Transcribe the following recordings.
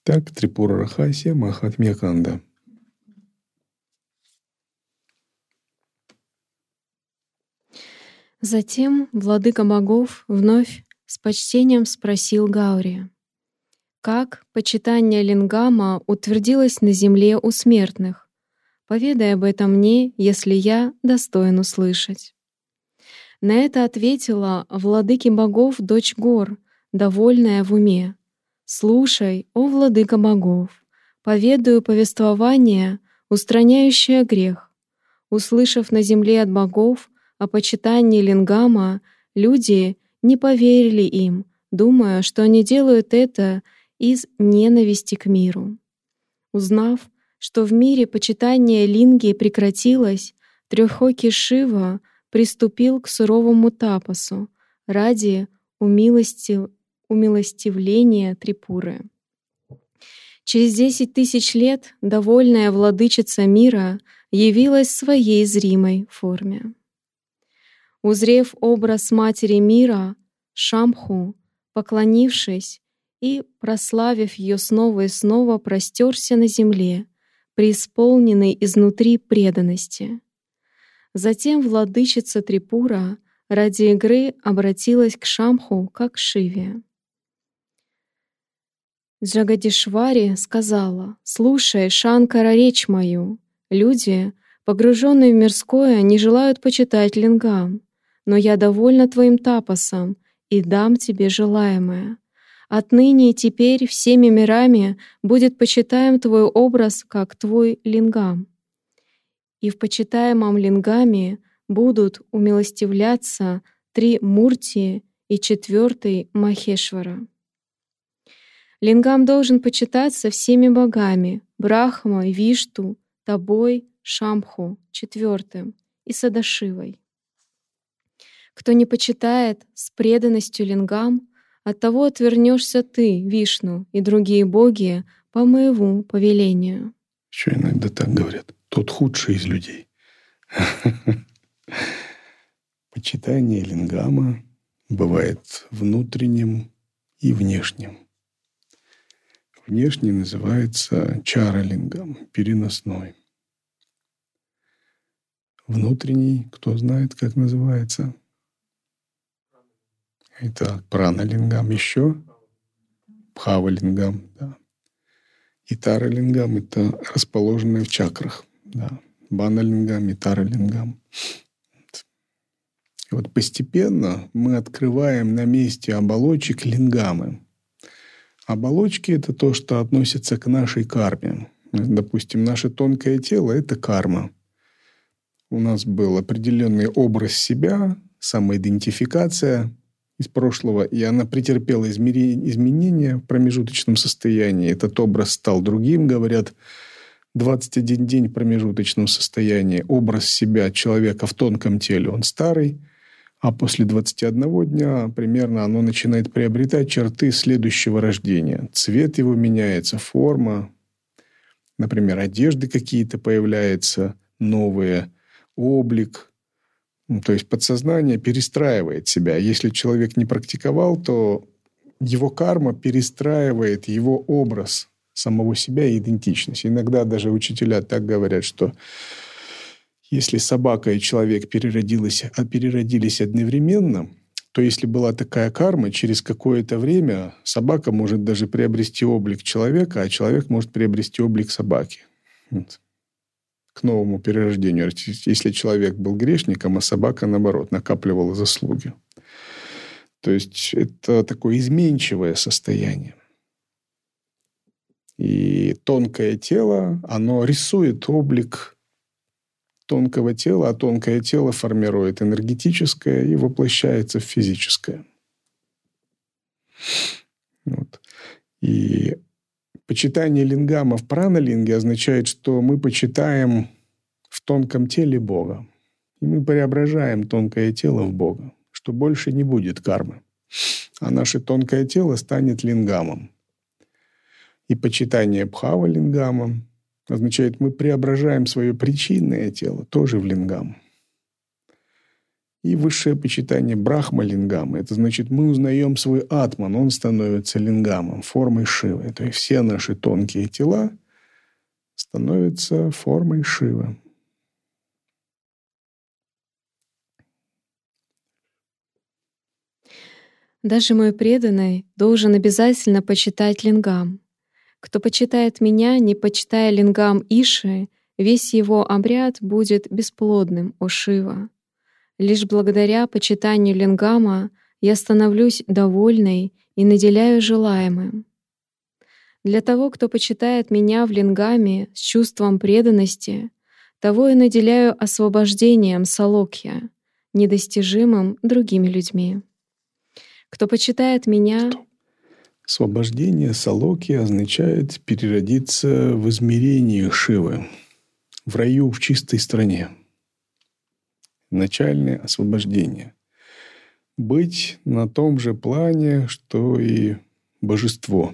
Так, Трипура Рахасия Махатмья Канда. Затем владыка богов вновь с почтением спросил Гаурия: «Как почитание лингама утвердилось на земле у смертных? Поведай об этом мне, если я достоин услышать». На это ответила владыке богов дочь гор, довольная в уме: «Слушай, о владыка богов, поведаю повествование, устраняющее грех. Услышав на земле от богов о почитании лингама, люди не поверили им, думая, что они делают это из ненависти к миру. Узнав, что в мире почитание линги прекратилось, трехокий Шива приступил к суровому тапасу ради умилостивления Трипуры. Через 10 тысяч лет довольная владычица мира явилась в своей зримой форме. Узрев образ Матери мира, Шамху, поклонившись и прославив ее снова и снова, простерся на земле, преисполненный изнутри преданности. Затем владычица Трипура ради игры обратилась к Шамху как к Шиве. Джагадишвари сказала: «Слушай, Шанкара, речь мою. Люди, погруженные в мирское, не желают почитать лингам, но я довольна твоим тапасом и дам тебе желаемое. Отныне и теперь всеми мирами будет почитаем твой образ, как твой лингам. И в почитаемом лингаме будут умилостивляться 3 Мурти и 4 Махешвара. Лингам должен почитаться всеми богами — Брахмой, Вишту, тобой, Шамху, 4 и Садашивой. Кто не почитает с преданностью лингам, от того отвернешься ты, Вишну, и другие боги по моему повелению». Еще иногда так говорят. Тот худший из людей. Почитание лингама бывает внутренним и внешним. Внешний называется чара-лингам, переносной. Внутренний, кто знает, как называется? Это прана-лингам, еще бхава-лингам, да. И тара-лингам — это расположенное в чакрах, да. Бана-лингам и тара-лингам. И вот постепенно мы открываем на месте оболочек лингамы. Оболочки — это то, что относится к нашей карме. Допустим, наше тонкое тело — это карма. У нас был определенный образ себя, самоидентификация из прошлого, и она претерпела изменения в промежуточном состоянии. Этот образ стал другим, говорят, 21 день в промежуточном состоянии. Образ себя человека в тонком теле, он старый, а после 21 дня примерно оно начинает приобретать черты следующего рождения. Цвет его меняется, форма, например, одежды какие-то появляются новые, облик. То есть подсознание перестраивает себя. Если человек не практиковал, то его карма перестраивает его образ самого себя и идентичность. Иногда даже учителя так говорят, что если собака и человек переродились одновременно, то если была такая карма, через какое-то время собака может даже приобрести облик человека, а человек может приобрести облик собаки. Вот. К новому перерождению. Если человек был грешником, а собака, наоборот, накапливала заслуги. То есть это такое изменчивое состояние. И тонкое тело, оно рисует облик тонкого тела, а тонкое тело формирует энергетическое и воплощается в физическое. Вот. И почитание лингама в прана-линге означает, что мы почитаем в тонком теле Бога. И мы преображаем тонкое тело в Бога, что больше не будет кармы. А наше тонкое тело станет лингамом. И почитание бхава-лингама означает, мы преображаем свое причинное тело тоже в лингам. И высшее почитание Брахма лингамы. Это значит, мы узнаем свой атман, он становится лингамом, формой Шивы. То есть все наши тонкие тела становятся формой Шивы. Даже мой преданный должен обязательно почитать лингам. Кто почитает меня, не почитая лингам Иши, весь его обряд будет бесплодным, о Шива. Лишь благодаря почитанию лингама я становлюсь довольной и наделяю желаемым. Для того, кто почитает меня в лингаме с чувством преданности, того я наделяю освобождением салокья, недостижимым другими людьми. Кто почитает меня... Освобождение салоки означает переродиться в измерении Шивы, в раю в чистой стране. Начальное освобождение. Быть на том же плане, что и божество.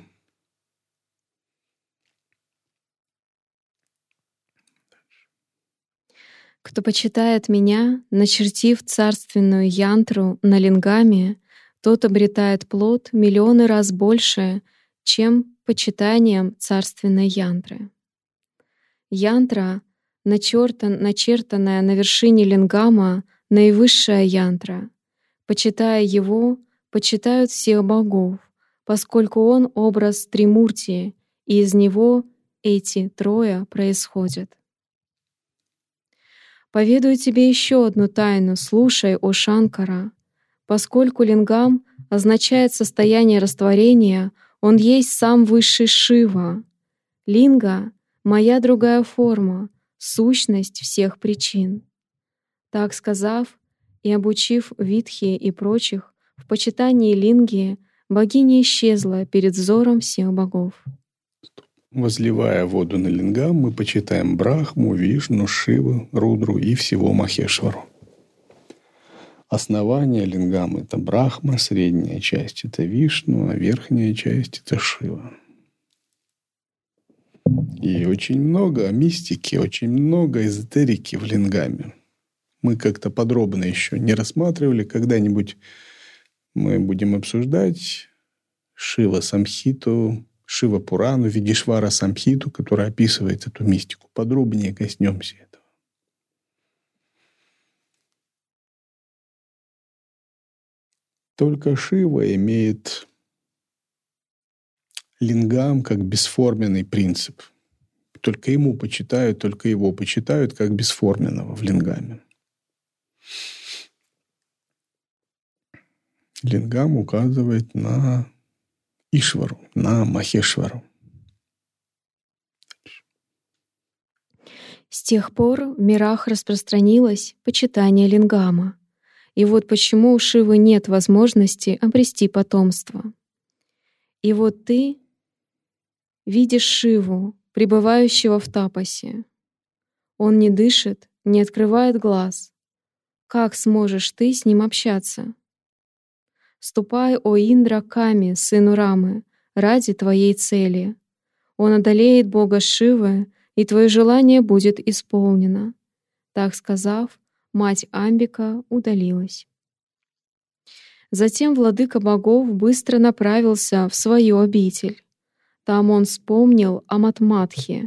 Кто почитает меня, начертив царственную янтру на лингаме, тот обретает плод миллионы раз больше, чем почитанием царственной янтры. Янтра, начертанная на вершине лингама, наивысшая янтра. Почитая его, почитают всех богов, поскольку он образ Тримурти, и из него эти трое происходят. Поведаю тебе еще одну тайну, слушай, о Шанкара. Поскольку лингам означает состояние растворения, он есть сам высший Шива. Линга — моя другая форма, сущность всех причин. Так сказав и обучив Витхи и прочих в почитании линги, богиня исчезла перед взором всех богов. Возливая воду на лингам, мы почитаем Брахму, Вишну, Шиву, Рудру и всего Махешвару. Основание лингам — это Брахма, средняя часть — это Вишну, а верхняя часть — это Шива. И очень много мистики, очень много эзотерики в лингаме. Мы как-то подробно еще не рассматривали. Когда-нибудь мы будем обсуждать Шива Самхиту, Шива Пурану, Видишвара Самхиту, которая описывает эту мистику. Подробнее коснемся этого. Только Шива имеет лингам как бесформенный принцип. Только ему почитают, только его почитают как бесформенного в лингаме. Лингам указывает на Ишвару, на Махешвару. С тех пор в мирах распространилось почитание лингама. И вот почему у Шивы нет возможности обрести потомство. И вот ты видишь Шиву, пребывающего в тапасе. Он не дышит, не открывает глаз. Как сможешь ты с ним общаться? Ступай, о Индра, Ками, сыну Рамы, ради твоей цели. Он одолеет Бога Шивы, и твое желание будет исполнено. Так сказав, мать Амбика удалилась. Затем владыка богов быстро направился в свою обитель. Там он вспомнил о Матматхе,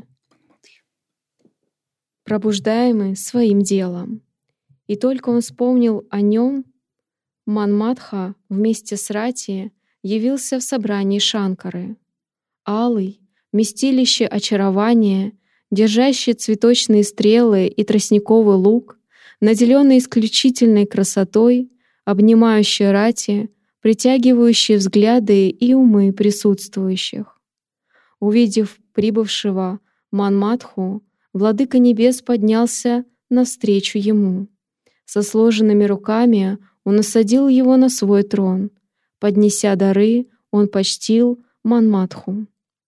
пробуждаемый своим делом. И только он вспомнил о нем, Манматха вместе с Рати явился в собрании Шанкары. Алый, вместилище очарования, держащий цветочные стрелы и тростниковый лук, наделенный исключительной красотой, обнимающий Рати, притягивающий взгляды и умы присутствующих. Увидев прибывшего Манматху, владыка небес поднялся навстречу ему. Со сложенными руками он осадил его на свой трон. Поднеся дары, он почтил Манматху.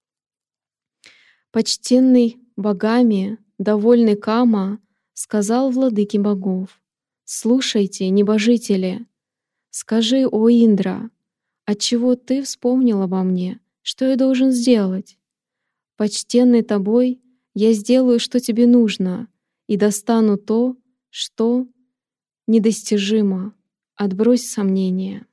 Почтенный богами, довольный Кама, сказал владыке богов: «Слушайте, небожители, скажи, о Индра, отчего ты вспомнил обо мне? Что я должен сделать? Почтенный тобой, я сделаю, что тебе нужно, и достану то, что недостижимо. Отбрось сомнения.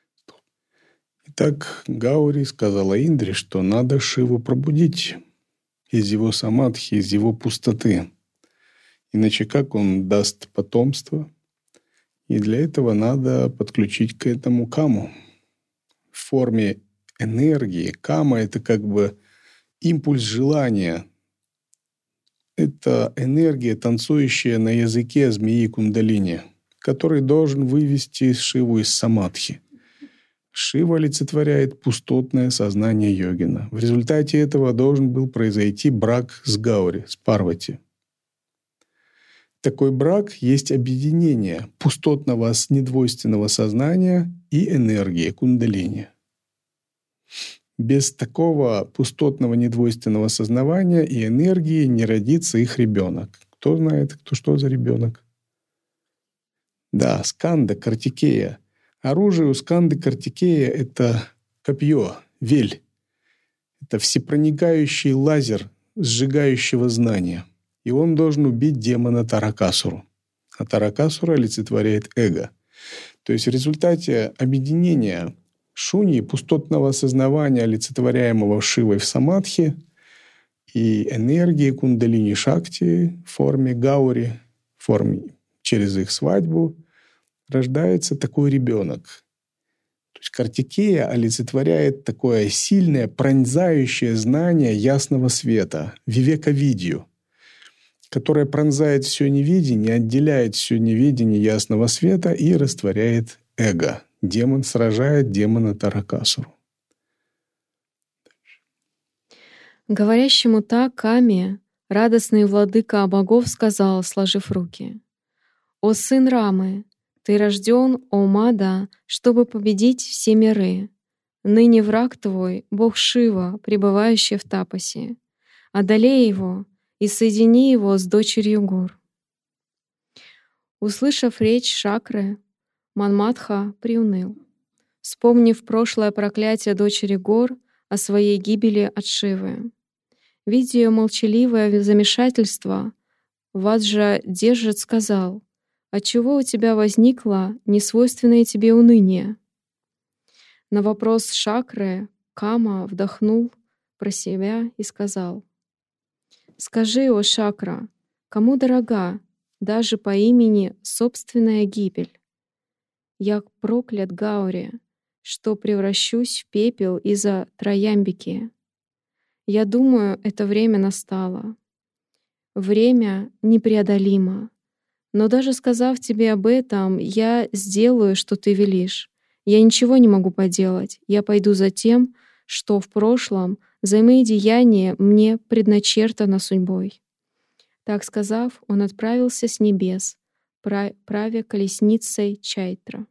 Итак, Гаури сказала Индре, что надо Шиву пробудить из его самадхи, из его пустоты. Иначе как он даст потомство? И для этого надо подключить к этому каму в форме энергии. Кама — это как бы импульс желания. Это энергия, танцующая на языке змеи кундалини, который должен вывести Шиву из самадхи. Шива олицетворяет пустотное сознание йогина. В результате этого должен был произойти брак с Гаури, с Парвати. Такой брак есть объединение пустотного недвойственного сознания и энергии кундалини. Без такого пустотного недвойственного сознания и энергии не родится их ребенок. Кто знает, что за ребенок? Да, Сканда, Картикея. Оружие у Сканды Картикея — это копье, вель. Это всепроникающий лазер сжигающего знания. И он должен убить демона Таракасуру. А Таракасура олицетворяет эго. То есть в результате объединения шуньи, пустотного осознавания, олицетворяемого Шивой в самадхи, и энергии кундалини шакти в форме гаури, в форме через их свадьбу, рождается такой ребенок. То есть Картикея олицетворяет такое сильное, пронзающее знание ясного света, вивека-видью, которое пронзает все невидение, отделяет все невидение ясного света и растворяет эго. Демон сражает демона Таракасуру. Говорящему так Каме радостный владыка богов сказал, сложив руки: «О сын Рамы, ты рожден, о Мада, чтобы победить все миры. Ныне враг твой, бог Шива, пребывающий в тапасе. Одолей его и соедини его с дочерью гор». Услышав речь Шакры, Манматха приуныл, вспомнив прошлое проклятие дочери гор о своей гибели от Шивы. Видя ее молчаливое замешательство, Ваджра Держит сказал: «Отчего у тебя возникло несвойственное тебе уныние?» На вопрос Шакры Кама вдохнул про себя и сказал: «Скажи, о Шакра, кому дорога даже по имени собственная гибель? Я проклят Гаури, что превращусь в пепел из-за Троямбики. Я думаю, это время настало. Время непреодолимо. Но даже сказав тебе об этом, я сделаю, что ты велишь. Я ничего не могу поделать. Я пойду за тем, что в прошлом за мои деяния мне предначертано судьбой». Так сказав, он отправился с небес, правя колесницей Чайтра.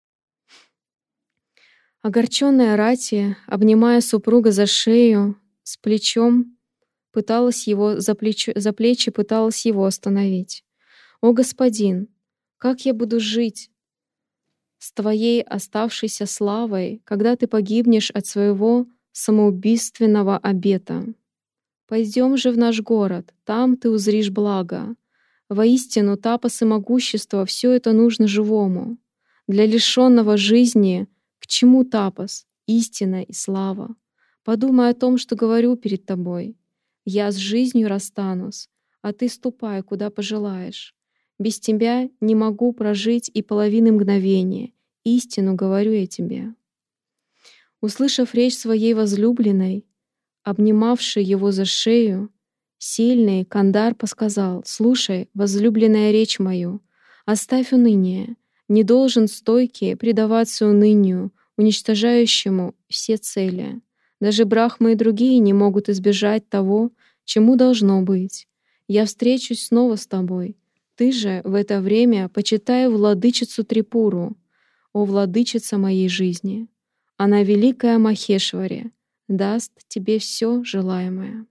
Огорченная Рати, обнимая супруга за шею, с плечом пыталась его за плечи пыталась его остановить. «О, господин, как я буду жить с твоей оставшейся славой, когда ты погибнешь от своего самоубийственного обета? Пойдем же в наш город, там ты узришь благо. Воистину, тапос и могущество — все это нужно живому. Для лишенного жизни к чему тапос, истина и слава? Подумай о том, что говорю перед тобой. Я с жизнью расстанусь, а ты ступай, куда пожелаешь. Без тебя не могу прожить и половины мгновения. Истину говорю я тебе». Услышав речь своей возлюбленной, обнимавшей его за шею, сильный Кандарпа сказал: «Слушай, возлюбленная, речь мою, оставь уныние. Не должен стойкий предаваться унынию, уничтожающему все цели. Даже брахмы и другие не могут избежать того, чему должно быть. Я встречусь снова с тобой. Ты же в это время почитай владычицу Трипуру, о владычица моей жизни. Она великая Махешвари, даст тебе все желаемое».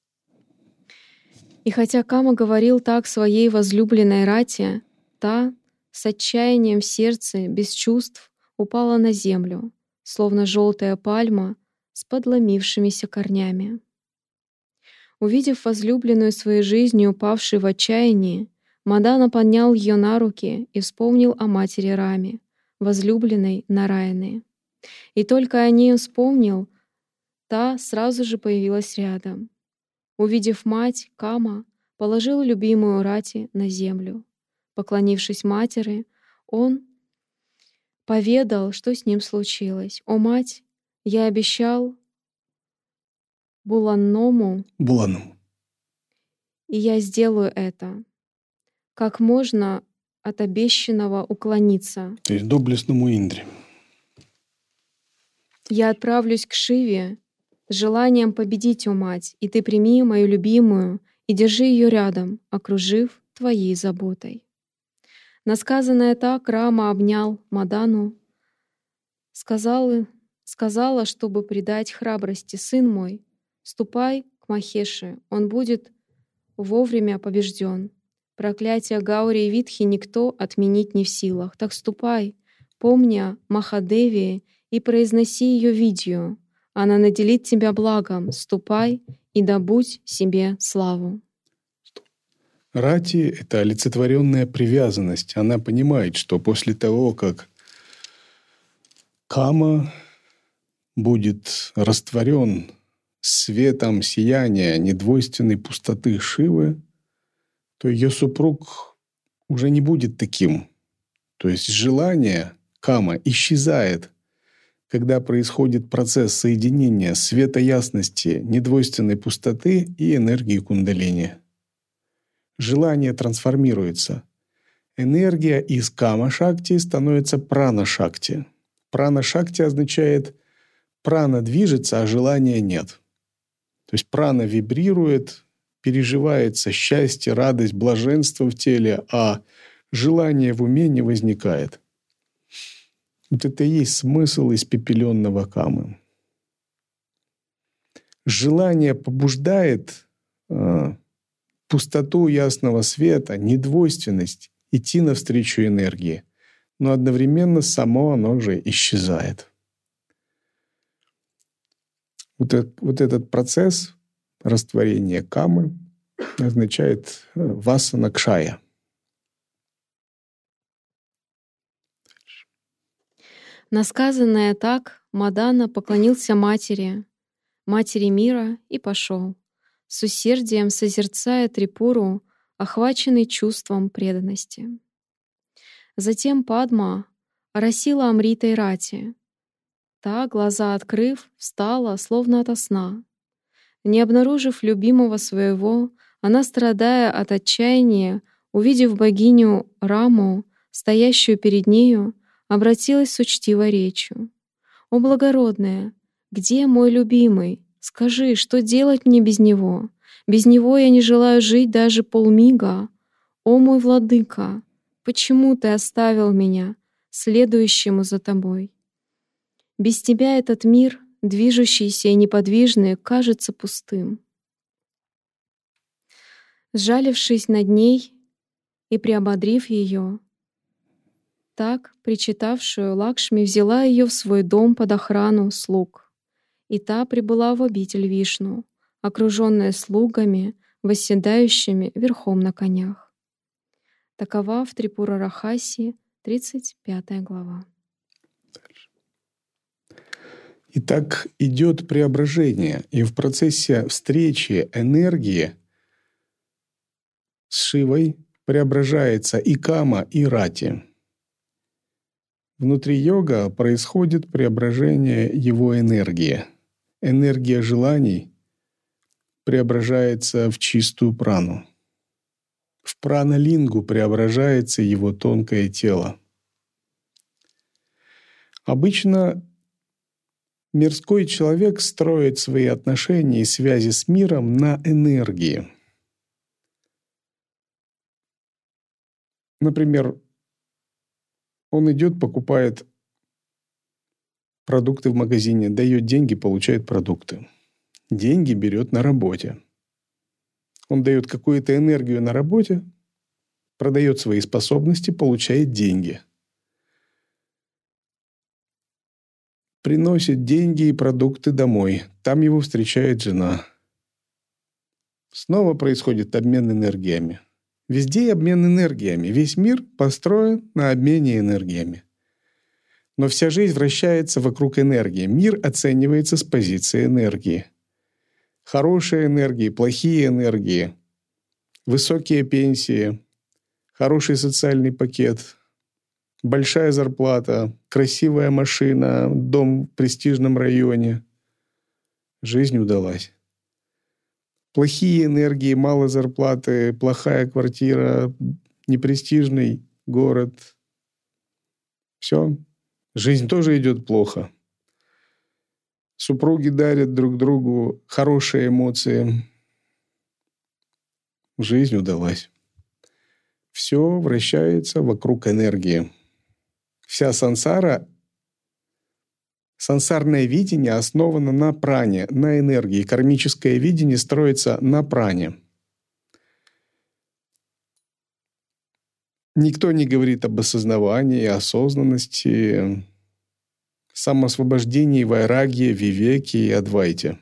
И хотя Кама говорил так своей возлюбленной Рати, та с отчаянием в сердце, без чувств, упала на землю, словно желтая пальма с подломившимися корнями. Увидев возлюбленную своей жизнью, упавшей в отчаянии, Мадана поднял ее на руки и вспомнил о матери Раме, возлюбленной Нараяны. И только о ней он вспомнил, та сразу же появилась рядом. Увидев мать, Кама положил любимую Рати на землю. Поклонившись матери, он поведал, что с ним случилось. «О, мать, я обещал Буланному, и я сделаю это. Как можно от обещанного уклониться? То есть доблестному Индре. Я отправлюсь к Шиве с желанием победить, о мать, и ты прими мою любимую и держи ее рядом, окружив твоей заботой». На сказанное так Рама обнял Мадану, сказала, чтобы придать храбрости: «Сын мой, ступай к Махеше, он будет вовремя побежден. Проклятие Гаури и Витхи никто отменить не в силах. Так ступай, помня Махадеви, и произноси ее видео. Она наделит тебя благом. Ступай и добудь себе славу». Рати — это олицетворенная привязанность. Она понимает, что после того, как Кама будет растворен светом сияния недвойственной пустоты Шивы, то ее супруг уже не будет таким. То есть желание Кама исчезает, когда происходит процесс соединения света ясности, недвойственной пустоты и энергии кундалини. Желание трансформируется. Энергия из Кама-шакти становится прана-шакти. Прана-шакти означает прана движется, а желания нет. То есть прана вибрирует, переживается счастье, радость, блаженство в теле, а желание в уме не возникает. Вот это и есть смысл испепеленного камы. Желание побуждает пустоту ясного света, недвойственность, идти навстречу энергии, но одновременно само оно же исчезает. Вот этот процесс растворения камы означает васана кшая. На сказанное так Мадана поклонился матери мира, и пошел, с усердием созерцая Трипуру, охваченный чувством преданности. Затем Падма оросила Амритой Рати. Та, глаза открыв, встала, словно ото сна. Не обнаружив любимого своего, она, страдая от отчаяния, увидев богиню Раму, стоящую перед нею, обратилась с учтивой речью: «О благородная, где мой любимый? Скажи, что делать мне без него? Без него я не желаю жить даже полмига. О мой владыка, почему ты оставил меня, следующему за тобой? Без тебя этот мир, движущийся и неподвижный, кажется пустым». Сжалившись над ней и приободрив ее, так причитавшую, Лакшми взяла ее в свой дом под охрану слуг, и та прибыла в обитель Вишну, окруженная слугами, восседающими верхом на конях. Такова в Трипура-Рахаси 35 глава. Итак, идет преображение, и в процессе встречи энергии с Шивой преображается и Кама, и Рати. Внутри йога происходит преображение его энергии. Энергия желаний преображается в чистую прану. В прана-лингу преображается его тонкое тело. Обычно мирской человек строит свои отношения и связи с миром на энергии. Например, он идет, покупает продукты в магазине, дает деньги, получает продукты. Деньги берет на работе. Он дает какую-то энергию на работе, продает свои способности, получает деньги. Приносит деньги и продукты домой. Там его встречает жена. Снова происходит обмен энергиями. Везде обмен энергиями. Весь мир построен на обмене энергиями. Но вся жизнь вращается вокруг энергии. Мир оценивается с позиции энергии. Хорошие энергии, плохие энергии, высокие пенсии, хороший социальный пакет, большая зарплата, красивая машина, дом в престижном районе. Жизнь удалась. Плохие энергии, мало зарплаты, плохая квартира, непрестижный город. Все. Жизнь тоже идет плохо. Супруги дарят друг другу хорошие эмоции. Жизнь удалась. Все вращается вокруг энергии. Вся сансара, сансарное видение основано на пране, на энергии. Кармическое видение строится на пране. Никто не говорит об осознавании, осознанности, самоосвобождении, вайрагье, вивеке и адвайте.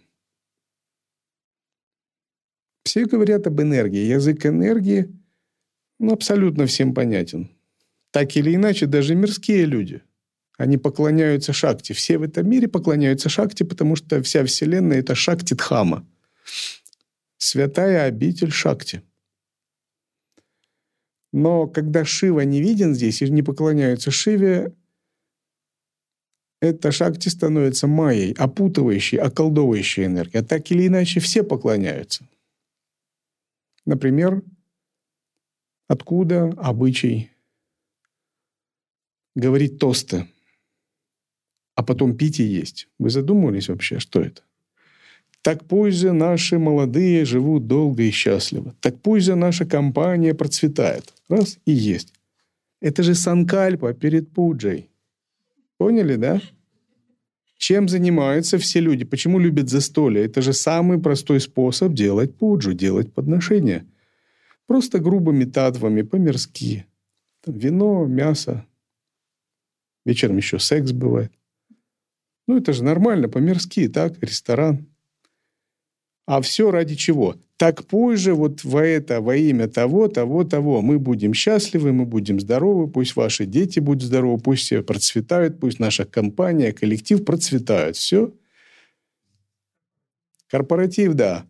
Все говорят об энергии. Язык энергии абсолютно всем понятен. Так или иначе, даже мирские люди, они поклоняются Шакти. Все в этом мире поклоняются Шакти, потому что вся Вселенная – это Шакти-дхама. Святая обитель Шакти. Но когда Шива не виден здесь и не поклоняются Шиве, эта Шакти становится майей, опутывающей, околдовывающей энергией. А так или иначе все поклоняются. Например, откуда обычай говорить тосты, а потом пить и есть? Вы задумывались вообще, что это? Так пусть же наши молодые живут долго и счастливо. Так пусть же наша компания процветает. Раз и есть. Это же санкальпа перед пуджей. Поняли, да? Чем занимаются все люди? Почему любят застолье? Это же самый простой способ делать пуджу, делать подношения. Просто грубыми татвами, по-мирски. Вино, мясо. Вечером еще секс бывает. Это же нормально, по-мирски, так, ресторан. А все ради чего? Так позже во имя того, мы будем счастливы, мы будем здоровы, пусть ваши дети будут здоровы, пусть все процветают, пусть наша компания, коллектив процветают. Все. Корпоратив, да.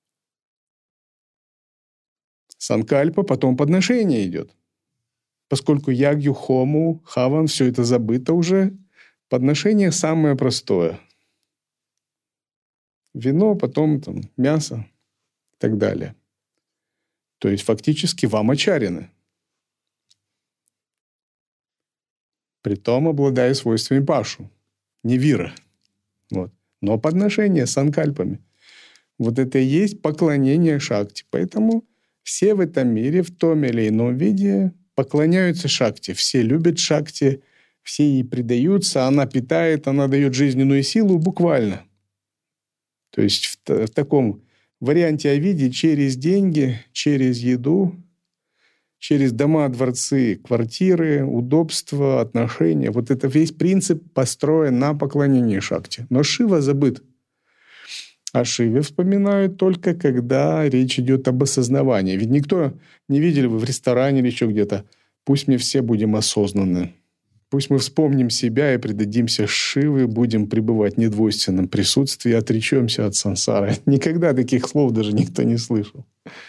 Санкальпа, потом подношение идет. Поскольку ягью, хому, хаван, все это забыто уже, подношение самое простое. Вино, потом мясо и так далее. То есть фактически вам ачарены. Притом обладая свойствами пашу, не вира. Но подношение с санкальпами. Это и есть поклонение Шакти. Поэтому все в этом мире в том или ином виде поклоняются Шакти. Все любят Шакти, все ей предаются, она питает, она дает жизненную силу буквально. То есть в таком варианте о виде через деньги, через еду, через дома, дворцы, квартиры, удобства, отношения. Это весь принцип построен на поклонении Шакти. Но Шива забыт. О Шиве вспоминают только, когда речь идет об осознавании. Ведь никто не видели вы в ресторане или еще где-то. Пусть мы все будем осознанны. Пусть мы вспомним себя и предадимся Шиве, будем пребывать в недвойственном присутствии, отречемся от сансары. Никогда таких слов даже никто не слышал.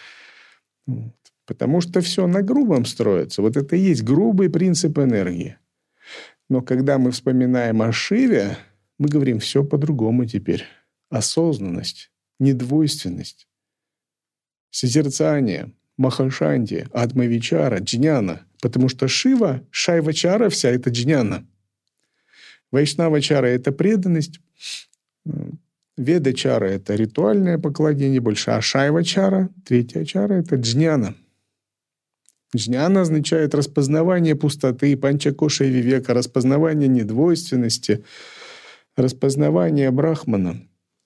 Потому что все на грубом строится. Это и есть грубый принцип энергии. Но когда мы вспоминаем о Шиве, мы говорим все по-другому теперь. Осознанность, недвойственность, созерцание, махашанти, атмавичара, джняна. Потому что Шива, шайвачара, вся это джняна. Вайшнавачара – это преданность. Ведачара – это ритуальное поклонение больше. А шайвачара, третья чара – это джняна. Джняна означает распознавание пустоты, панчакоша и вивека, распознавание недвойственности, распознавание брахмана.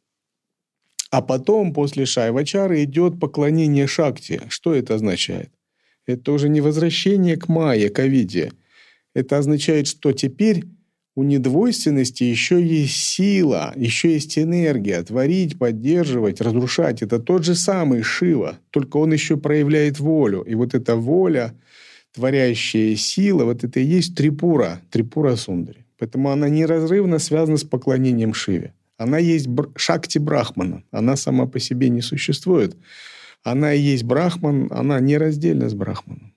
А потом, после шайвачары, идет поклонение Шакти. Что это означает? Это уже не возвращение к майе, к авидье. Это означает, что теперь у недвойственности еще есть сила, еще есть энергия. Творить, поддерживать, разрушать. Это тот же самый Шива, только он еще проявляет волю. И эта воля, творящая сила, это и есть Трипура, Трипура Сундари. Поэтому она неразрывно связана с поклонением Шиве. Она есть Шакти Брахмана. Она сама по себе не существует. Она и есть Брахман, она нераздельна с Брахманом.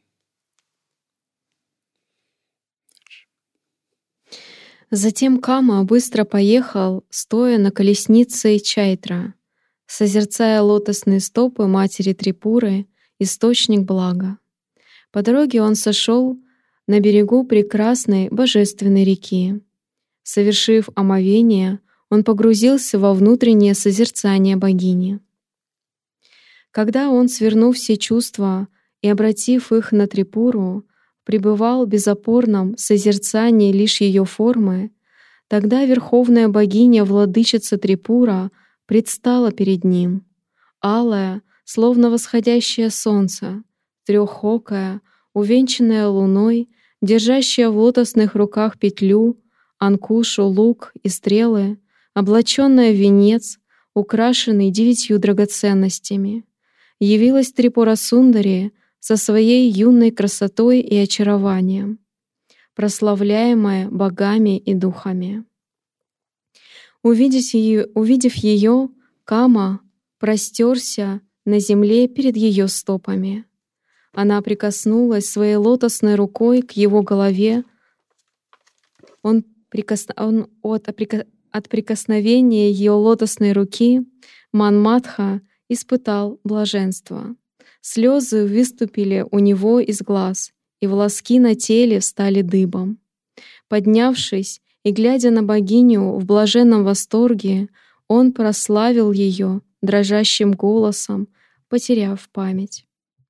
Затем Кама быстро поехал, стоя на колеснице Чайтра, созерцая лотосные стопы матери Трипуры, источник блага. По дороге он сошел на берегу прекрасной божественной реки. Совершив омовение, он погрузился во внутреннее созерцание богини. Когда он, свернув все чувства и обратив их на Трипуру, пребывал в безопорном созерцании лишь ее формы, тогда верховная богиня, владычица Трипура, предстала перед ним, алая, словно восходящее солнце, трехокая, увенчанная луной, держащая в лотосных руках петлю, анкушу, лук и стрелы, облаченная в венец, украшенный 9 драгоценностями. Явилась Трипура Сундари со своей юной красотой и очарованием, прославляемая богами и духами. Увидев ее, Кама простерся на земле перед ее стопами. Она прикоснулась своей лотосной рукой к его голове. От прикосновения ее лотосной руки Манматха испытал блаженство. Слезы выступили у него из глаз, и волоски на теле встали дыбом. Поднявшись и глядя на богиню в блаженном восторге, он прославил ее дрожащим голосом, потеряв память.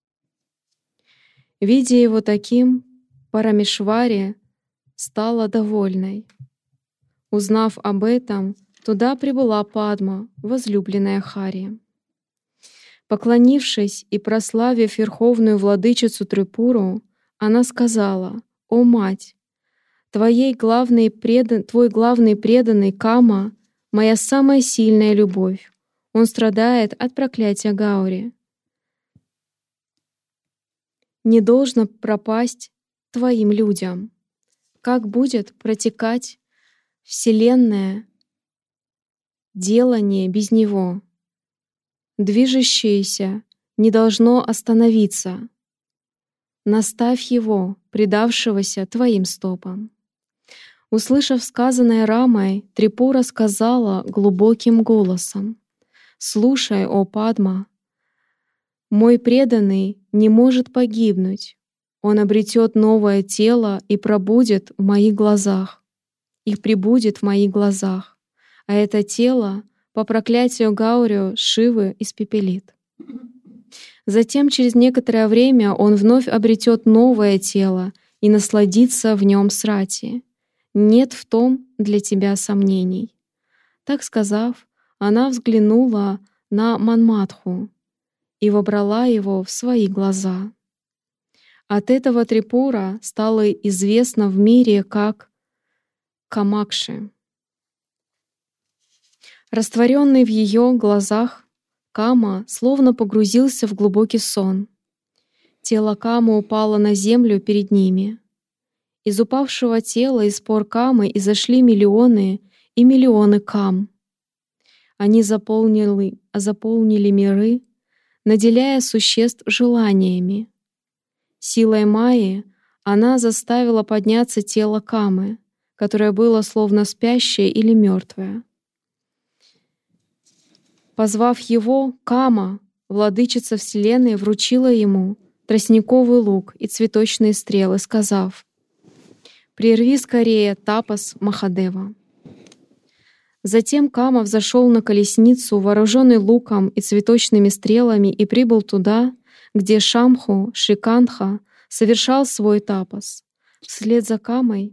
Видя его таким, Парамешвари стала довольной. Узнав об этом, туда прибыла Падма, возлюбленная Хари. Поклонившись и прославив верховную владычицу Трипуру, она сказала: «О мать, твой главный преданный Кама — моя самая сильная любовь. Он страдает от проклятия Гаури. Не должно пропасть твоим людям. Как будет протекать вселенное делание без него? Движущееся не должно остановиться. Наставь его, предавшегося твоим стопам». Услышав сказанное Рамой, Трипура сказала глубоким голосом: «Слушай, о Падма, мой преданный не может погибнуть. Он обретет новое тело и пребудет в моих глазах. А это тело по проклятию Гаурию Шивы испепелит. Затем через некоторое время он вновь обретет новое тело и насладится в нем срати. Нет в том для тебя сомнений». Так сказав, она взглянула на Манматху и вобрала его в свои глаза. От этого Трипура стала известна в мире как Камакши. Растворенный в ее глазах, Кама словно погрузился в глубокий сон. Тело Камы упало на землю перед ними. Из упавшего тела и спор Камы изошли миллионы и миллионы Кам. Они заполнили миры, наделяя существ желаниями. Силой Майи она заставила подняться тело Камы, которое было словно спящее или мертвое. Позвав его, Кама, владычица Вселенной, вручила ему тростниковый лук и цветочные стрелы, сказав: «Прерви скорее тапас Махадева». Затем Кама взошел на колесницу, вооруженный луком и цветочными стрелами, и прибыл туда, где Шамху Шрикантха совершал свой тапас. Вслед за Камой.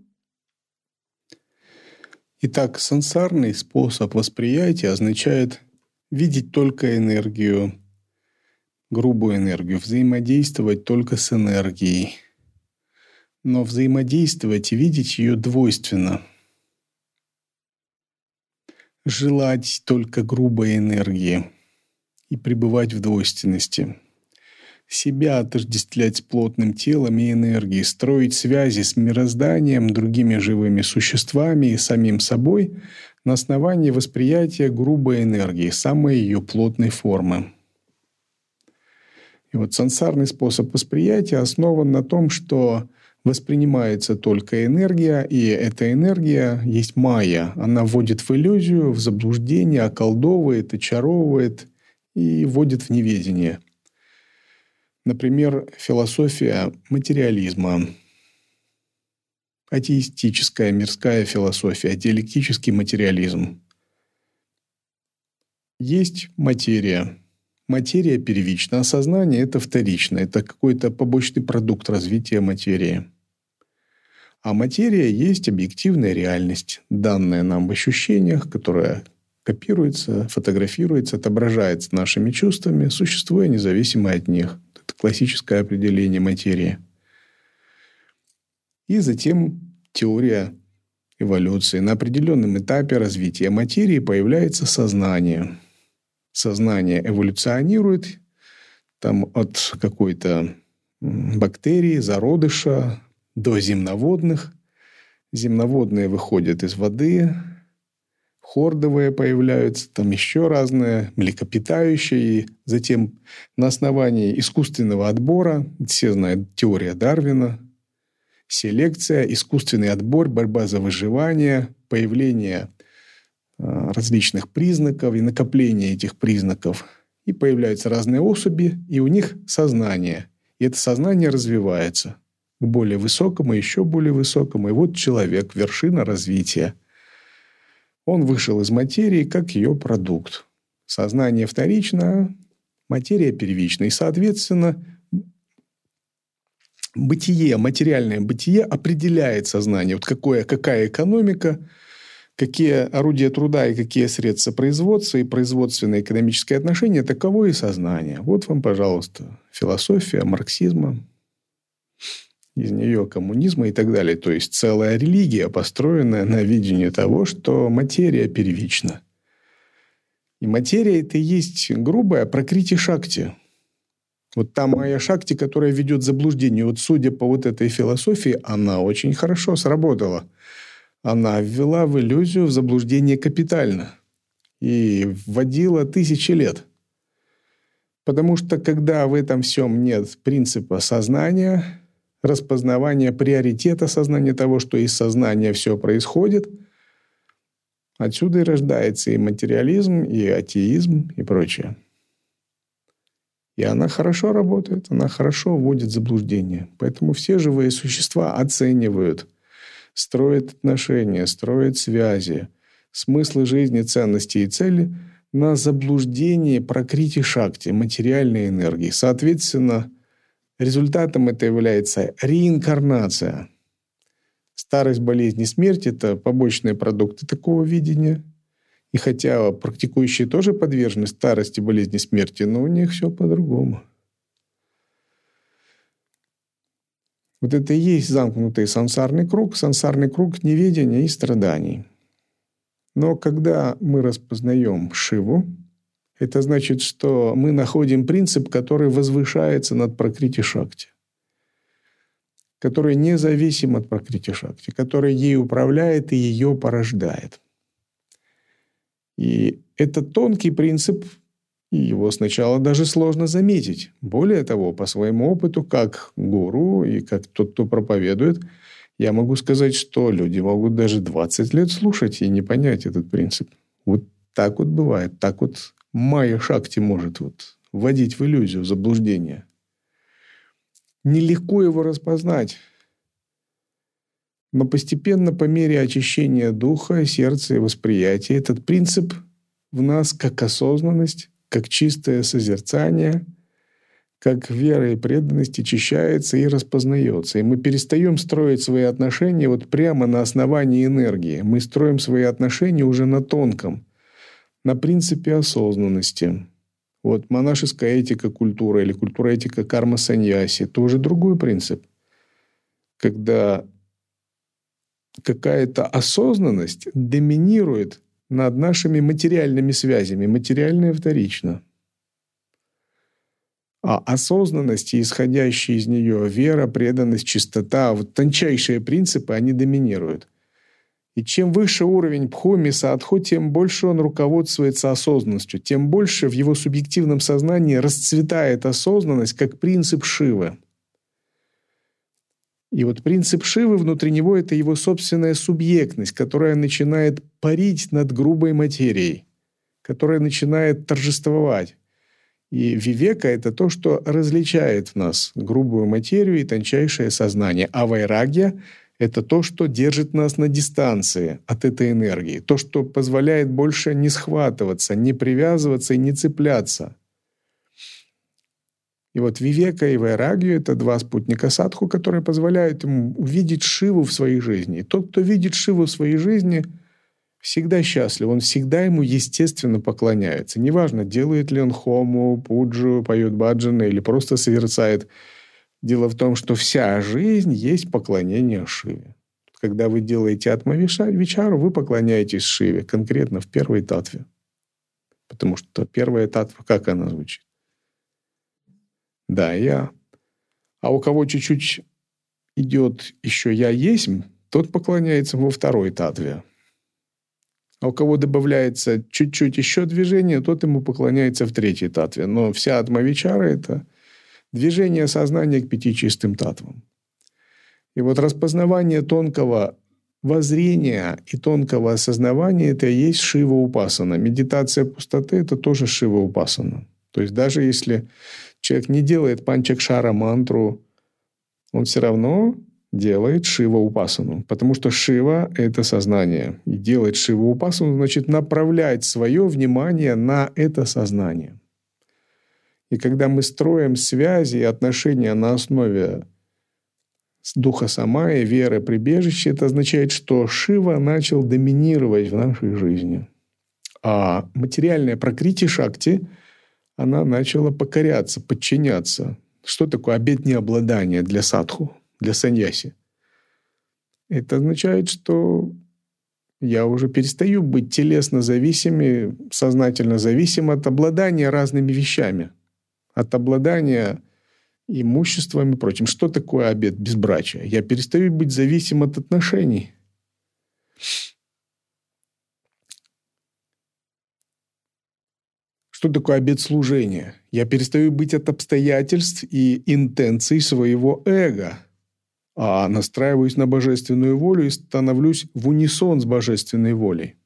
Итак, сансарный способ восприятия означает видеть только энергию, грубую энергию, взаимодействовать только с энергией. Но взаимодействовать и видеть ее двойственно. Желать только грубой энергии и пребывать в двойственности. себя отождествлять с плотным телом и энергией, строить связи с мирозданием, другими живыми существами и самим собой на основании восприятия грубой энергии, самой ее плотной формы. И вот сансарный способ восприятия основан на том, что воспринимается только энергия, и эта энергия есть майя. Она вводит в иллюзию, в заблуждение, околдовывает, очаровывает и вводит в неведение. Например, философия материализма, атеистическая мирская философия, диалектический материализм. Есть материя. Материя первична, а сознание – это вторично, это какой-то побочный продукт развития материи. А материя есть объективная реальность, данная нам в ощущениях, которая копируется, фотографируется, отображается нашими чувствами, существуя независимо от них. Это классическое определение материи. И затем теория эволюции. На определенном этапе развития материи появляется сознание. Сознание эволюционирует там, от какой-то бактерии, зародыша до земноводных. Земноводные выходят из воды, хордовые появляются, там еще разные, млекопитающие. И затем на основании искусственного отбора, все знают теория Дарвина, селекция, искусственный отбор, борьба за выживание, появление различных признаков и накопление этих признаков. И появляются разные особи, и у них сознание. И это сознание развивается к более высокому, еще более высокому. И вот человек, вершина развития. Он вышел из материи как ее продукт. Сознание вторично, материя первична. И, соответственно, бытие, материальное бытие определяет сознание. Вот какая экономика, какие орудия труда и какие средства производства и производственные экономические отношения, таково и сознание. Вот вам, пожалуйста, философия марксизма, из нее коммунизма и так далее. То есть целая религия, построенная на видении того, что материя первична. И материя – это и есть грубая пракрити-шакти. Вот та майя шакти, которая ведет к заблуждению, вот судя по вот этой философии, она очень хорошо сработала. Она ввела в иллюзию, в заблуждение капитально. И вводила тысячи лет. Потому что когда в этом всем нет принципа сознания, распознавания приоритета сознания того, что из сознания все происходит, отсюда и рождается и материализм, и атеизм, и прочее. И она хорошо работает, она хорошо вводит в заблуждение. Поэтому все живые существа оценивают, строят отношения, строят связи, смыслы жизни, ценности и цели на заблуждении пракрити-шакти, материальной энергии. Соответственно, результатом это является реинкарнация. Старость, болезнь и смерть – это побочные продукты такого видения. И хотя практикующие тоже подвержены старости, болезни, смерти, но у них все по-другому. Вот это и есть замкнутый сансарный круг неведения и страданий. Но когда мы распознаем Шиву, это значит, что мы находим принцип, который возвышается над пракрити-шакти, который независим от пракрити-шакти, который ей управляет и ее порождает. И это тонкий принцип, и его сначала даже сложно заметить. Более того, по своему опыту, как гуру и как тот, кто проповедует, я могу сказать, что люди могут даже 20 лет слушать и не понять этот принцип. Вот так вот бывает. Так вот майя шакти может вводить в иллюзию, в заблуждение. Нелегко его распознать. Но постепенно, по мере очищения духа, сердца и восприятия, этот принцип в нас как осознанность, как чистое созерцание, как вера и преданность очищается и распознается. И мы перестаем строить свои отношения прямо на основании энергии. Мы строим свои отношения уже на тонком, на принципе осознанности. Монашеская этика культура или культура этика карма саньяси – тоже другой принцип. Когда какая-то осознанность доминирует над нашими материальными связями. Материальное вторично. А осознанность и исходящая из нее вера, преданность, чистота, вот тончайшие принципы, они доминируют. И чем выше уровень Бхуми Садху, тем больше он руководствуется осознанностью, тем больше в его субъективном сознании расцветает осознанность как принцип Шивы. И вот принцип Шивы внутри него — это его собственная субъектность, которая начинает парить над грубой материей, которая начинает торжествовать. И вивека — это то, что различает в нас грубую материю и тончайшее сознание. А вайрагья — это то, что держит нас на дистанции от этой энергии, то, что позволяет больше не схватываться, не привязываться и не цепляться. И вот вивека и вайрагью — это два спутника садху, которые позволяют ему увидеть Шиву в своей жизни. И тот, кто видит Шиву в своей жизни, всегда счастлив, он всегда ему естественно поклоняется. Неважно, делает ли он хому, пуджу, поет баджаны или просто созерцает. Дело в том, что вся жизнь есть поклонение Шиве. Когда вы делаете атма-вичару, вы поклоняетесь Шиве, конкретно в первой татве. Потому что первая татва, как она звучит? Да, я. А у кого чуть-чуть идет еще я есмь, тот поклоняется во второй татве. А у кого добавляется чуть-чуть еще движение, тот ему поклоняется в третьей татве. Но вся атма-вичара — это движение сознания к 5 чистым татвам. И вот распознавание тонкого воззрения и тонкого осознавания — это и есть шива-упасана. Медитация пустоты — это тоже шива-упасана. То есть даже если человек не делает панчакшара-мантру, он все равно делает шива-упасану. Потому что шива — это сознание. И делать шива-упасану значит направлять свое внимание на это сознание. И когда мы строим связи и отношения на основе духа самая, веры, прибежища, это означает, что Шива начал доминировать в нашей жизни. А материальная пракрити шакти, она начала покоряться, подчиняться. Что такое обет необладания для садху, для саньяси? Это означает, что я уже перестаю быть телесно зависимым, сознательно зависим от обладания разными вещами. От обладания имуществом и прочим. Что такое обет безбрачия? Я перестаю быть зависим от отношений. Что такое обет служения? Я перестаю быть от обстоятельств и интенций своего эго, а настраиваюсь на божественную волю и становлюсь в унисон с божественной волей.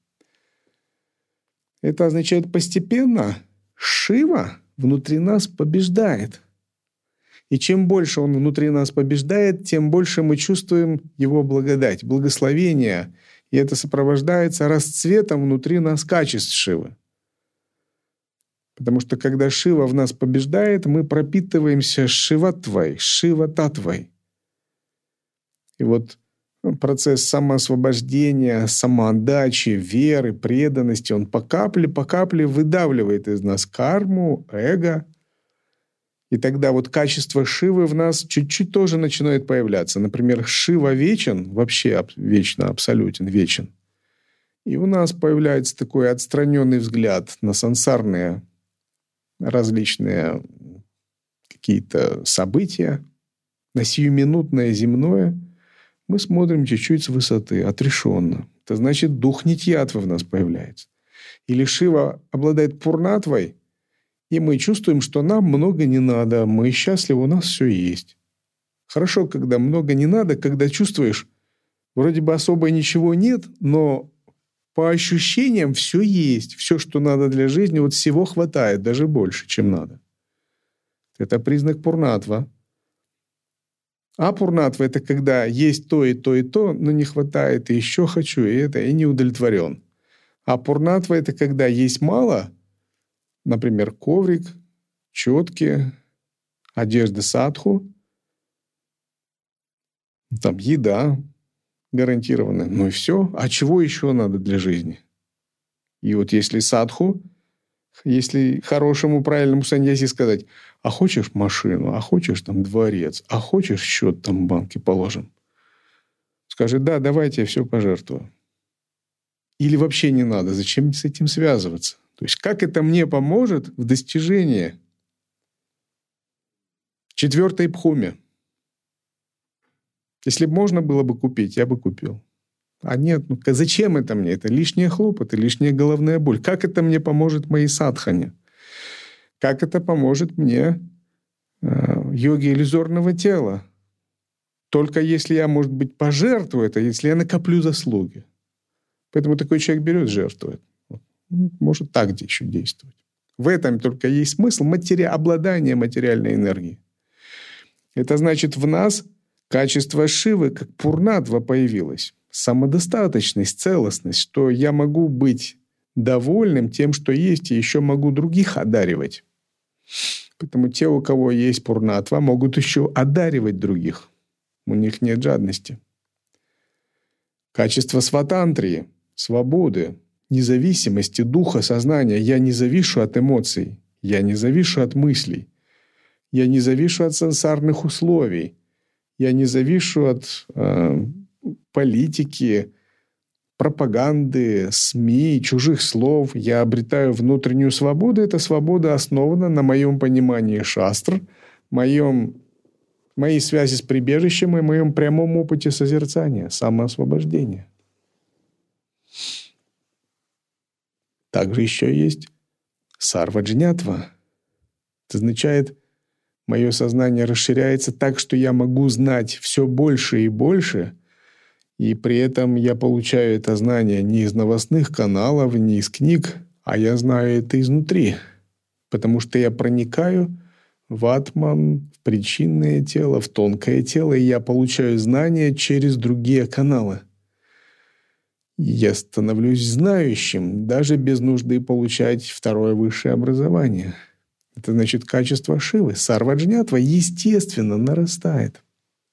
Это означает, постепенно Шива внутри нас побеждает. И чем больше он внутри нас побеждает, тем больше мы чувствуем его благодать, благословение. И это сопровождается расцветом внутри нас качеств Шивы. Потому что когда Шива в нас побеждает, мы пропитываемся Шиватвой, Шива-татвой. И вот процесс самоосвобождения, самоотдачи, веры, преданности, он по капле выдавливает из нас карму, эго. И тогда вот качество Шивы в нас чуть-чуть тоже начинает появляться. Например, Шива вечен, вообще вечно, абсолютен, вечен. И у нас появляется такой отстраненный взгляд на сансарные различные какие-то события, на сиюминутное земное. Мы смотрим чуть-чуть с высоты, отрешенно. Это значит, дух нитьятвы в нас появляется. Или Шива обладает пурнатвой, и мы чувствуем, что нам много не надо, мы счастливы, у нас все есть. Хорошо, когда много не надо, когда чувствуешь, вроде бы особо ничего нет, но по ощущениям все есть. Все, что надо для жизни, вот всего хватает, даже больше, чем надо. Это признак пурнатва. А пурнатва — это когда есть то, но не хватает, и еще хочу, и это, и не удовлетворен. А пурнатва — это когда есть мало, например, коврик, четки, одежда садху, там еда гарантированная, ну и все. А чего еще надо для жизни? И вот если садху, если хорошему правильному саньяси сказать, а хочешь машину, а хочешь там дворец, а хочешь счет там в банке положим, скажет, да, давайте я все пожертвую. Или вообще не надо, зачем с этим связываться? То есть как это мне поможет в достижении 4-й Бхуми. Если бы можно было бы купить, я бы купил. А нет, зачем это мне? Это лишние хлопоты, лишняя головная боль. Как это мне поможет моей садхане? Как это поможет мне йоге иллюзорного тела? Только если я, может быть, пожертвую это, если я накоплю заслуги. Поэтому такой человек берет, жертвует. Может так еще действовать. В этом только есть смысл обладания материальной энергией. Это значит, в нас качество Шивы, как Пурнатва, появилось. Самодостаточность, целостность, что я могу быть довольным тем, что есть, и еще могу других одаривать. Поэтому те, у кого есть Пурнатва, могут еще одаривать других. У них нет жадности. Качество сватантрии, свободы, независимости духа, сознания. Я не завишу от эмоций, я не завишу от мыслей, я не завишу от сансарных условий, я не завишу от политики, пропаганды, СМИ, чужих слов. Я обретаю внутреннюю свободу. Эта свобода основана на моем понимании шастр, моей связи с прибежищем и моем прямом опыте созерцания, самоосвобождения. Также еще есть сарваджнятва. Это означает, мое сознание расширяется так, что я могу знать все больше и больше, и при этом я получаю это знание не из новостных каналов, не из книг, а я знаю это изнутри, потому что я проникаю в атман, в причинное тело, в тонкое тело, и я получаю знания через другие каналы. Я становлюсь знающим, даже без нужды получать второе высшее образование. Это значит, качество Шивы, сарваджнятва, естественно, нарастает.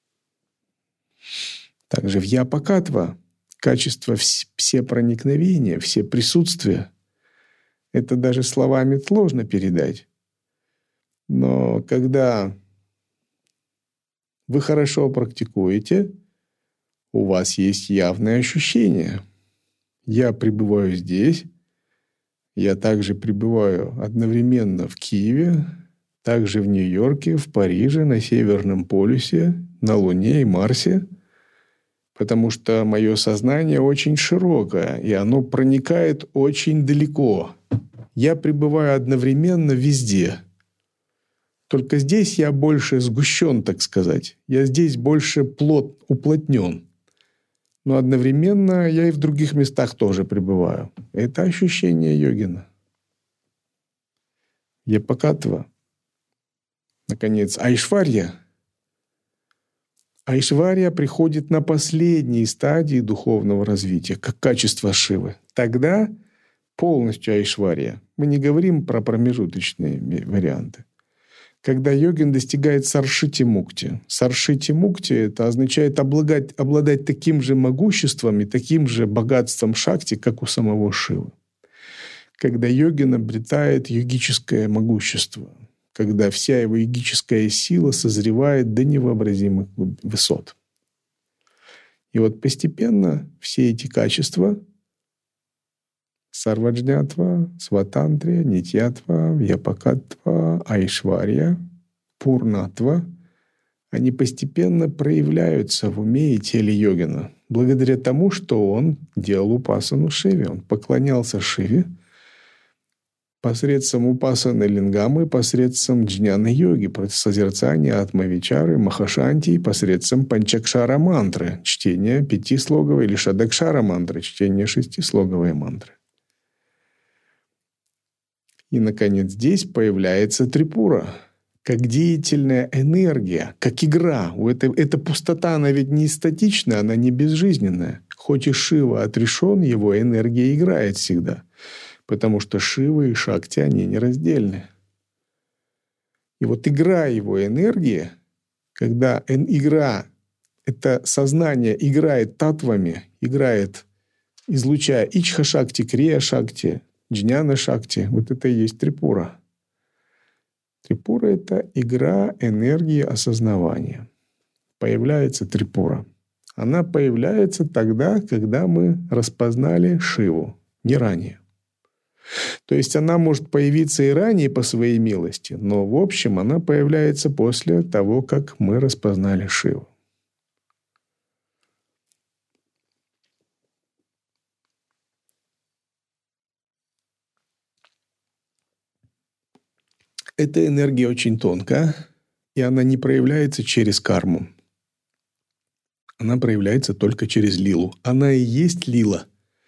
Также в япакатва качество всепроникновения, всеприсутствия. Это даже словами сложно передать. Но когда вы хорошо практикуете, у вас есть явное ощущение. Я пребываю здесь, я также пребываю одновременно в Киеве, также в Нью-Йорке, в Париже, на Северном полюсе, на Луне и Марсе, потому что мое сознание очень широкое, и оно проникает очень далеко. Я пребываю одновременно везде. Только здесь я больше сгущен, так сказать. Я здесь больше уплотнен. Но одновременно я и в других местах тоже пребываю. Это ощущение йогина. Япакатва. Наконец, айшварья. Айшварья приходит на последней стадии духовного развития, как качество Шивы. Тогда полностью айшварья. Мы не говорим про промежуточные варианты. Когда йогин достигает саршити-мукти. Саршити-мукти – это означает обладать таким же могуществом и таким же богатством шакти, как у самого Шивы. Когда йогин обретает йогическое могущество, когда вся его йогическая сила созревает до невообразимых высот. И вот постепенно все эти качества сарваджнятва, сватантрия, нитьятва, вьяпакатва, айшварья, пурнатва, они постепенно проявляются в уме и теле йогина, благодаря тому, что он делал упасану Шиве. Он поклонялся Шиве посредством упасаны лингамы, посредством джняна-йоги, созерцания атмавичары, махашанти, посредством панчакшара мантры, чтения 5-слоговой или шадакшара мантры, чтения 6-слоговой мантры. И, наконец, здесь появляется трипура, как деятельная энергия, как игра. Эта пустота, она ведь не статичная, она не безжизненная. Хоть и Шива отрешен, его энергия играет всегда. Потому что Шива и Шакти, они нераздельны. И вот игра его энергии, когда игра, это сознание играет татвами, играет, излучая ичха-шакти, крия-шакти, джняна-шакти, вот это и есть трипура. Трипура – это игра энергии осознавания. Появляется трипура. Она появляется тогда, когда мы распознали Шиву, не ранее. То есть она может появиться и ранее по своей милости, но в общем она появляется после того, как мы распознали Шиву. Эта энергия очень тонкая, и она не проявляется через карму. Она проявляется только через лилу. Она и есть лила.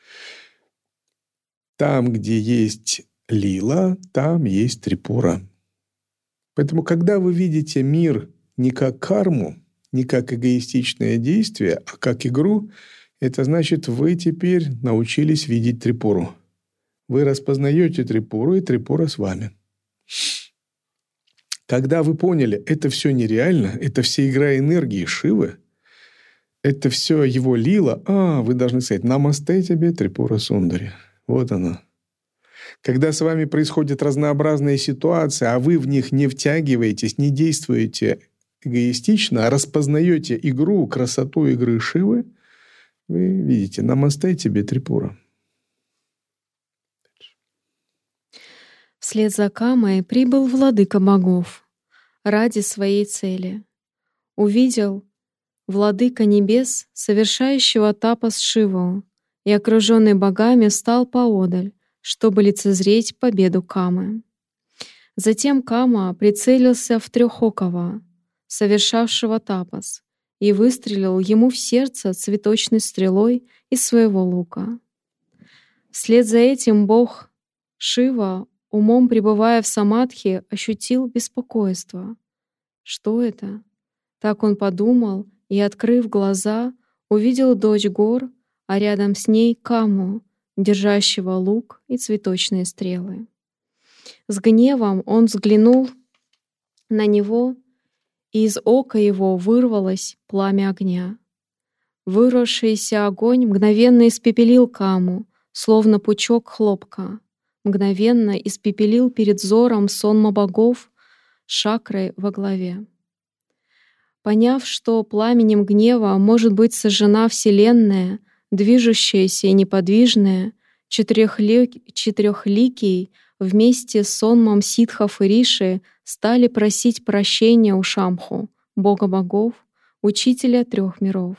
Там, где есть лила, там есть трипура. Поэтому, когда вы видите мир не как карму, не как эгоистичное действие, а как игру, это значит, вы теперь научились видеть трипуру. Вы распознаете трипуру, и трипура с вами. Когда вы поняли, это все нереально, это все игра энергии Шивы, это все его лила, вы должны сказать «Намасте тебе, Трипура Сундари». Вот она. Когда с вами происходят разнообразные ситуации, а вы в них не втягиваетесь, не действуете эгоистично, а распознаете игру, красоту игры Шивы, вы видите «Намасте тебе, Трипура». Вслед за Камой прибыл владыка богов ради своей цели. Увидел владыка небес, совершающего тапас Шиву, и, окруженный богами, встал поодаль, чтобы лицезреть победу Камы. Затем Кама прицелился в Трехокого, совершавшего тапас, и выстрелил ему в сердце цветочной стрелой из своего лука. Вслед за этим бог Шива, умом пребывая в самадхи, ощутил беспокойство. Что это? Так он подумал и, открыв глаза, увидел дочь гор, а рядом с ней Каму, держащего лук и цветочные стрелы. С гневом он взглянул на него, и из ока его вырвалось пламя огня. Выросшийся огонь мгновенно испепелил Каму, словно пучок хлопка, мгновенно испепелил перед взором сонма богов с шакрой во главе. Поняв, что пламенем гнева может быть сожжена Вселенная, движущаяся и неподвижная, четырехликий вместе с сонмом ситхов и риши стали просить прощения у Шамху, бога богов, учителя трех миров.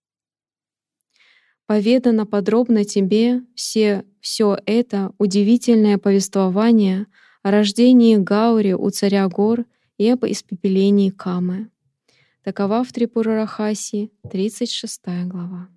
Поведано подробно тебе все это удивительное повествование о рождении Гаури у царя гор и об испепелении Камы. Такова в Трипура-Рахаси 36 глава.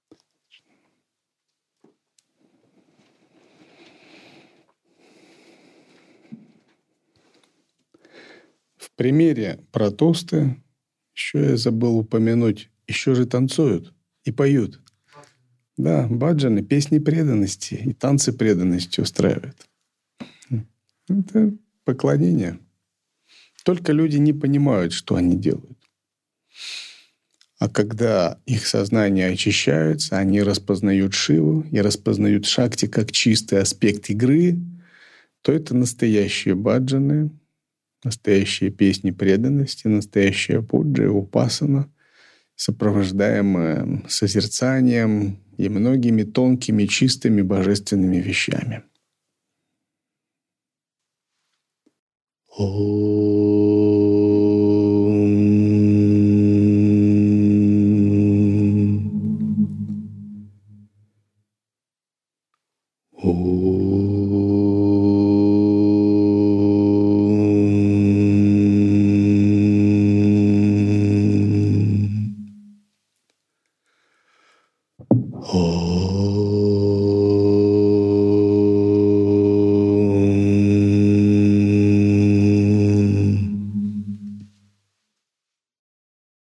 В примере про тосты еще я забыл упомянуть, еще же танцуют и поют. Да, баджаны, песни преданности и танцы преданности устраивают. Это поклонение. Только люди не понимают, что они делают. А когда их сознание очищается, они распознают Шиву и распознают Шакти как чистый аспект игры, то это настоящие баджаны, настоящие песни преданности, настоящая пуджа, упасана, сопровождаемая созерцанием и многими тонкими, чистыми божественными вещами. О